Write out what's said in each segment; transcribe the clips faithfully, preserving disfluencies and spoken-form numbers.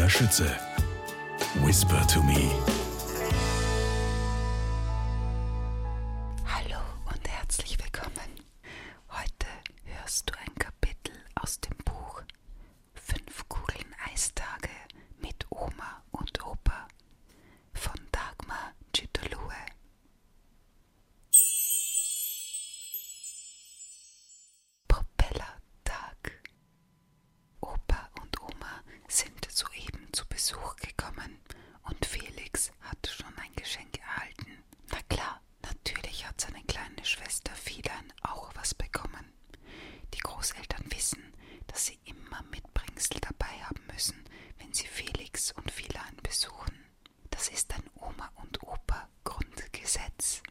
Claudia Schütze. Whisper to Me. Hallo und herzlich willkommen. Heute hörst du ein Kapitel aus dem Buch Fünf Kugeln Eistage mit Oma und Opa von Dagmar Chytoluwe. Propellertag. Opa und Oma sind soeben zu Besuch gekommen und Felix hat schon ein Geschenk erhalten. Na klar, natürlich hat seine kleine Schwester Filan auch was bekommen. Die Großeltern wissen, dass sie immer Mitbringsel dabei haben müssen, wenn sie Felix und Filan besuchen. Das ist ein Oma und Opa Grundgesetz.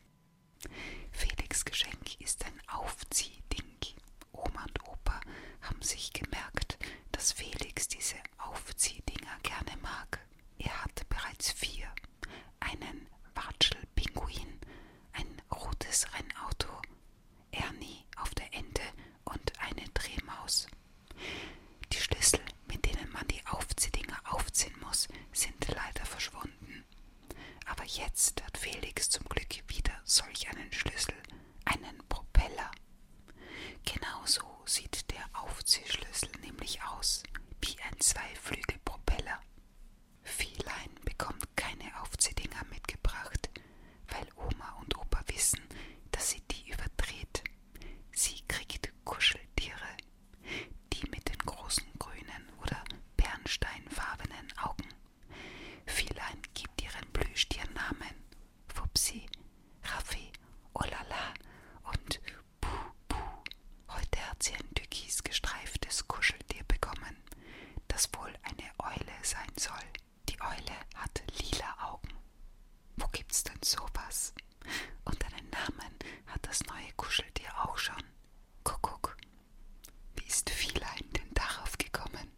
Felix Geschenk ist ein Aufziehding. Oma und Opa haben sich gemerkt, dass Felix diese Aufziehdinger gerne mag. Er hat bereits vier. Einen Watschelpinguin, ein rotes Rennauto, Ernie auf der Ente und eine Drehmaus. Die Schlüssel, mit denen man die Aufziehdinger aufziehen muss, sind leider verschwunden. Aber jetzt hat Felix zum Glück wieder solch einen Schlüssel, einen Propeller. Genauso sieht der Aufziehschlüssel nämlich aus, wie ein Zweiflügelpropeller. Filein bekommt keine Aufziehdinger mitgebracht, weil Oma und Opa wissen, dass sie die überdreht. Sie kriegt Kuscheltiere, die mit den großen grünen oder bernsteinfarbenen Augen. Filein gibt ihren Plüschtieren Namen: Fupsi, Raffi, Olala und Puh Puh. Heute hat sie ein türkis gestreiftes Kuscheltier bekommen, das wohl eine Eule sein soll. Die Eule hat lila Augen. Wo gibt's denn sowas? Und einen Namen hat das neue Kuscheltier auch schon. Kuckuck. Wie ist Filein denn darauf gekommen?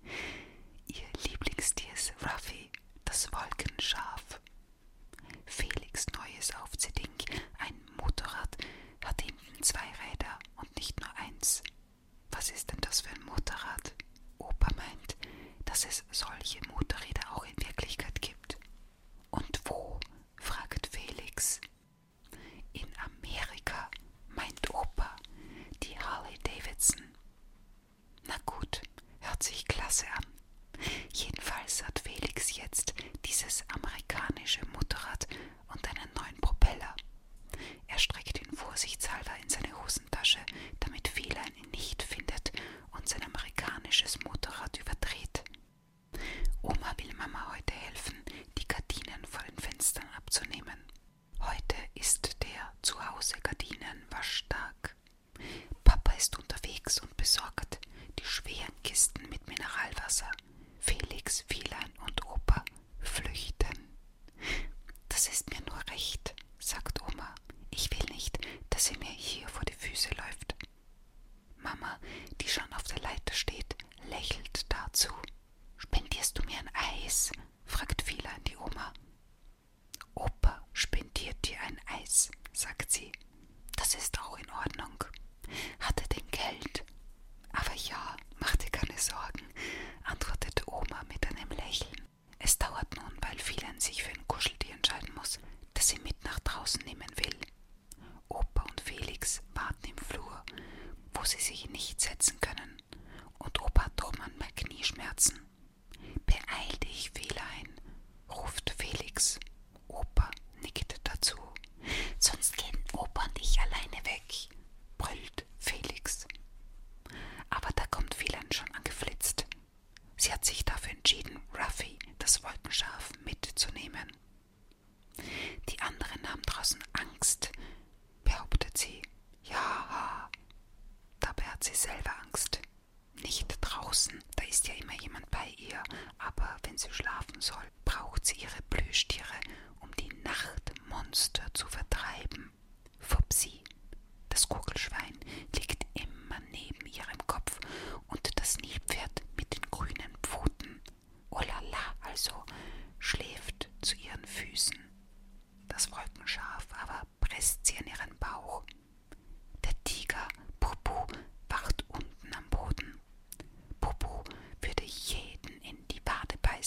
Ihr Lieblingstier ist Ruffy, das Wolkenschaf. Felix neues Aufziehding, ein Motorrad, hat hinten zwei Räder und nicht nur eins. Was ist denn das für ein Motorrad? Opa meint, dass es solche Motorräder auch in Wirklichkeit gibt. Und wo? Fragt Felix. In Amerika, meint Opa, die Harley Davidson. Na gut, hört sich klasse an. Jedenfalls hat Felix jetzt dieses amerikanische Motorrad und einen neuen Propeller. Er streckt ihn vorsichtshalber in seine Hosentasche, damit Filein ihn nicht findet und sein amerikanisches Motorrad überdreht. Oma will Mama heute helfen, die Gardinen vor den Fenstern abzunehmen. Heute ist der Zuhause-Gardinen-Waschtag. Papa ist unterwegs und besorgt die schweren Kisten mit Mineralwasser. Felix, Filein und Opa flüchten. Das ist mir nur recht, sagt Oma. Ich will nicht, dass sie mir hier vor die Füße läuft. Mama, die schon auf der Leiter steht, lächelt dazu. Spendierst du mir ein Eis? Fragt Filein die Oma. Opa spendiert dir ein Eis, sagt sie. Das ist auch in Ordnung. Hat er denn Geld? Aber ja, mach dir keine Sorgen, antwortet Oma mit einem Lächeln. Es dauert nun, weil Filein sich für ein Kuscheltier entscheiden muss, das sie mit nach draußen nehmen will. Opa und Felix warten im Flur, wo sie sich nicht setzen können, und Opa hat doch manchmal Knieschmerzen. Beeil dich, Filein, ruft Felix. Opa nickt dazu. Sonst gehen Opa und ich alleine weg, brüllt Felix. Aber da kommt Filein schon angeflitzt. Sie hat sich dafür entschieden, Ruffy, das Wolkenschaf, mitzunehmen. Die anderen haben draußen Angst, behauptet sie. Ja, dabei hat sie selber Angst. Nicht draußen, da ist ja immer jemand bei ihr, aber wenn sie schlafen soll, braucht sie ihre Plüschtiere, um die Nachtmonster zu vertreiben. Fupsi, das Kugelschwein, liegt immer neben ihrem Kopf und das Nilpferd mit den grünen Pfoten, Olala also, schläft zu ihren Füßen. Das Wolkenschaf aber presst sie an ihren Bauch. Der Tiger, Pupu, wacht unten am Boden. Pupu würde jeden in die Wade beißen.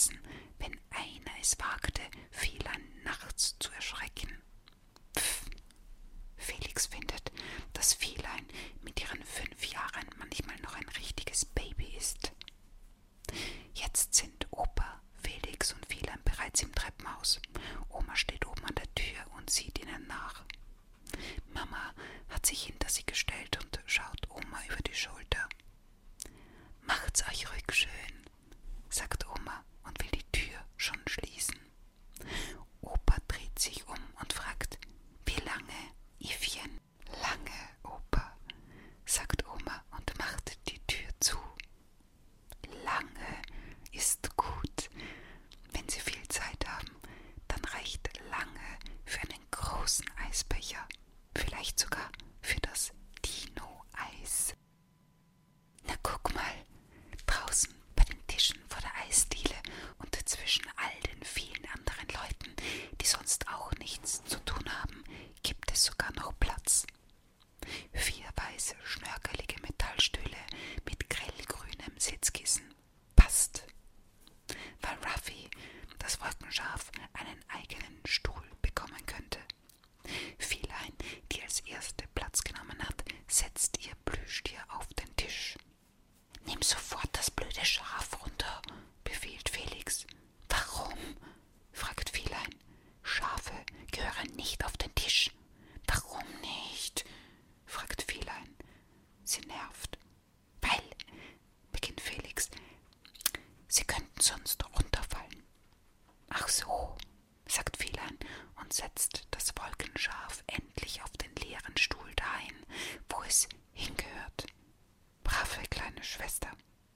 Sie könnten sonst runterfallen. Ach so, sagt Feline und setzt das Wolkenschaf endlich auf den leeren Stuhl dahin, wo es hingehört. Brave kleine Schwester.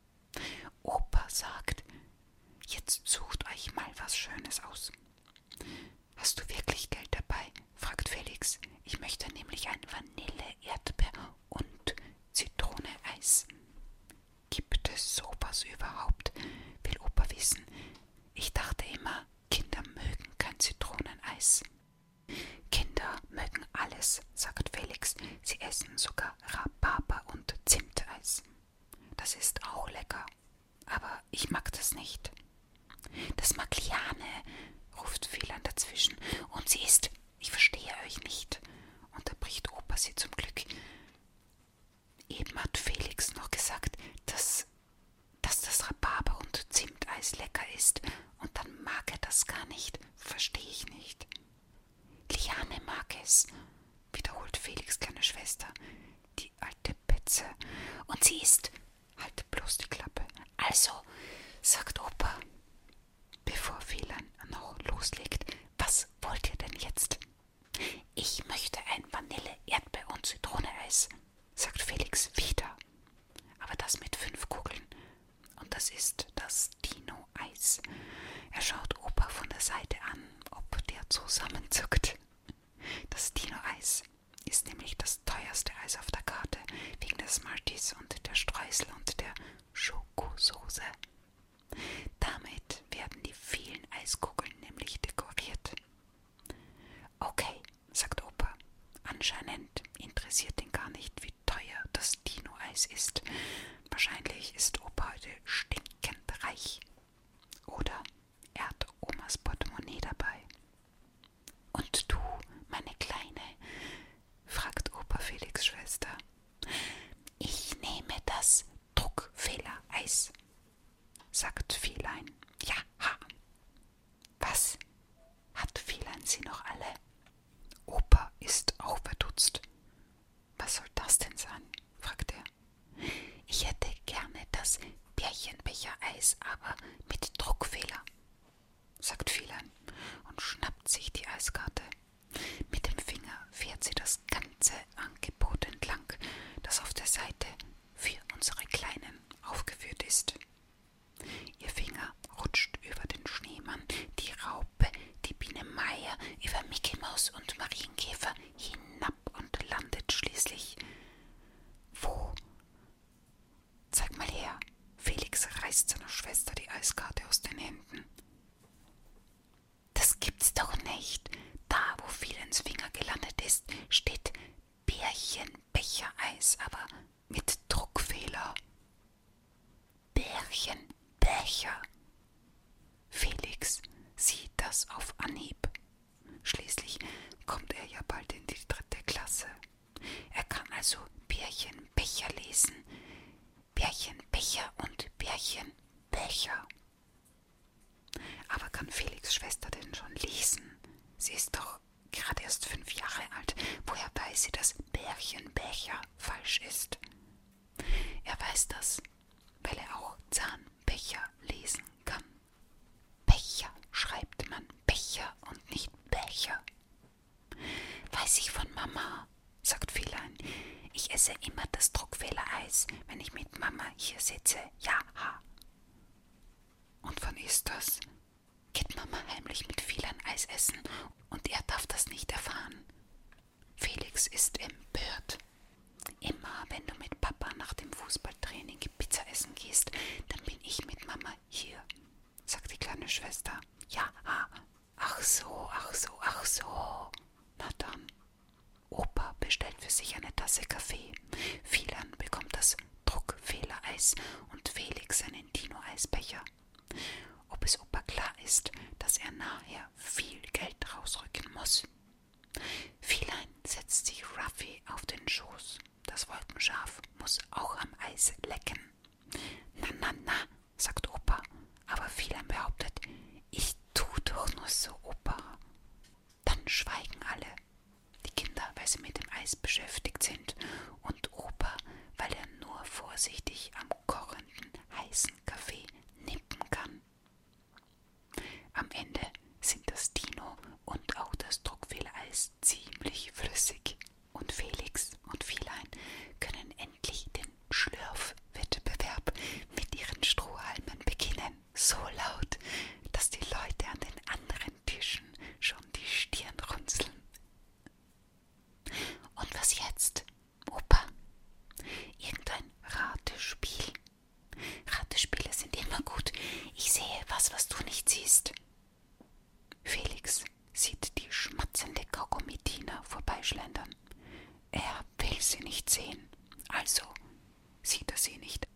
Opa sagt, jetzt sucht euch mal was Schönes aus. Hast du wirklich Geld dabei? Fragt Felix. Ich möchte nämlich ein Vanille, Erdbeer und Zitrone-Eis. Gibt es sowas überhaupt? Will Opa wissen. Ich dachte immer, Kinder mögen kein Zitroneneis. Kinder mögen alles, sagt Felix. Sie essen sogar Rhabarber- und Zimteis. Das ist auch lecker, aber ich mag das nicht. Das mag Liane, ruft Feline dazwischen. Und sie ist, ich verstehe euch nicht, unterbricht Opa sie zum Glück. Eben hat Felix noch gesagt, dass, dass das Rhabarber- und Zimteis lecker ist, und dann mag er das gar nicht, verstehe ich nicht. Liane mag es, wiederholt Felix' kleine Schwester, die alte Petze. Und sie ist, halt bloß die Klappe. Also, sagt Opa, bevor Feline noch loslegt, was wollt ihr denn jetzt? Ich möchte ein Vanille, Erdbeer und Zitroneeis, sagt Felix wieder. Aber das mit fünf Kugeln. Und das ist das Dino-Eis. Er schaut Opa von der Seite an, ob der zusammenzuckt. Das Dino-Eis ist nämlich das teuerste Eis auf der Karte, wegen des Smarties und der Streusel und der Schokosoße. Damit werden die vielen Eiskugeln nämlich dekoriert. Okay, sagt Opa. Anscheinend interessiert ihn gar nicht, wie teuer das Dino-Eis ist. Wahrscheinlich ist Opa heute stinkend reich. Oder er hat Omas Portemonnaie dabei. Und du, meine Kleine, fragt Opa Felix' Schwester. Ich nehme das Druckfehler-Eis, sagt Feline. Ja, ha. Was? Hat Feline sie noch alle? Opa ist auch verdutzt. Was soll das denn sein? Fragt er. Ich hätte gerne das Bärchenbecher-Eis, aber mit Druckfehler, sagt Feline und schnappt sich die Eiskarte. Mit dem Finger fährt sie das ganze Angebot entlang, das auf der Seite für unsere Kleinen aufgeführt ist. Ihr Finger rutscht über den Schneemann, die Raupe, die Biene Meier, über Mickey Maus und Marienkäfer hinab und landet schließlich. Wo? Zeig mal her. Felix reißt seiner Schwester die Eiskarte aus den Händen. Das gibt's doch nicht. Da, wo Felins Finger gelandet ist, steht Bärchenbecher-Eis, aber mit Druckfehler. Bärchenbecher. Felix sieht das auf Anhieb. Schließlich kommt er ja bald in die dritte Klasse. Er kann also Bärchenbecher lesen. Bärchenbecher und Bärchenbecher. Aber kann Felix' Schwester denn schon lesen? Sie ist doch gerade erst fünf Jahre alt. Woher weiß sie, dass Bärchenbecher falsch ist? Er weiß das, weil er auch Zahnbecher lesen kann. Becher schreibt man Becher und nicht Becher. Weiß ich von Mama, sagt Feline. Ich esse immer das Druckfehler-Eis, wenn ich mit Mama hier sitze. Ja, ha. Und wann ist das? Geht Mama heimlich mit Feline Eis essen und er darf das nicht erfahren? Felix ist empört. Immer wenn du mit Papa nach dem Fußballtraining Pizza essen gehst, dann bin ich mit Mama hier, sagt die kleine Schwester. Ja, ah, ach so, ach so, ach so. Na dann. Opa bestellt für sich eine Tasse Kaffee. Feline bekommt das Druckfehler-Eis und Felix einen Dino-Eisbecher. Ob es Opa klar ist, dass er nachher viel Geld rausrücken muss. Feline setzt sich Ruffy auf den Schoß. Das Wolkenschaf muss auch am Eis lecken. Na, na, na, sagt Opa, aber Feline behauptet, ich tu doch nur so, Opa. Dann schweigen alle. Die Kinder, weil sie mit dem Eis beschäftigt sind, und Opa, weil er nur vorsichtig am kochenden, heißen Kaffee nippen sehen. Also sieht er sie nicht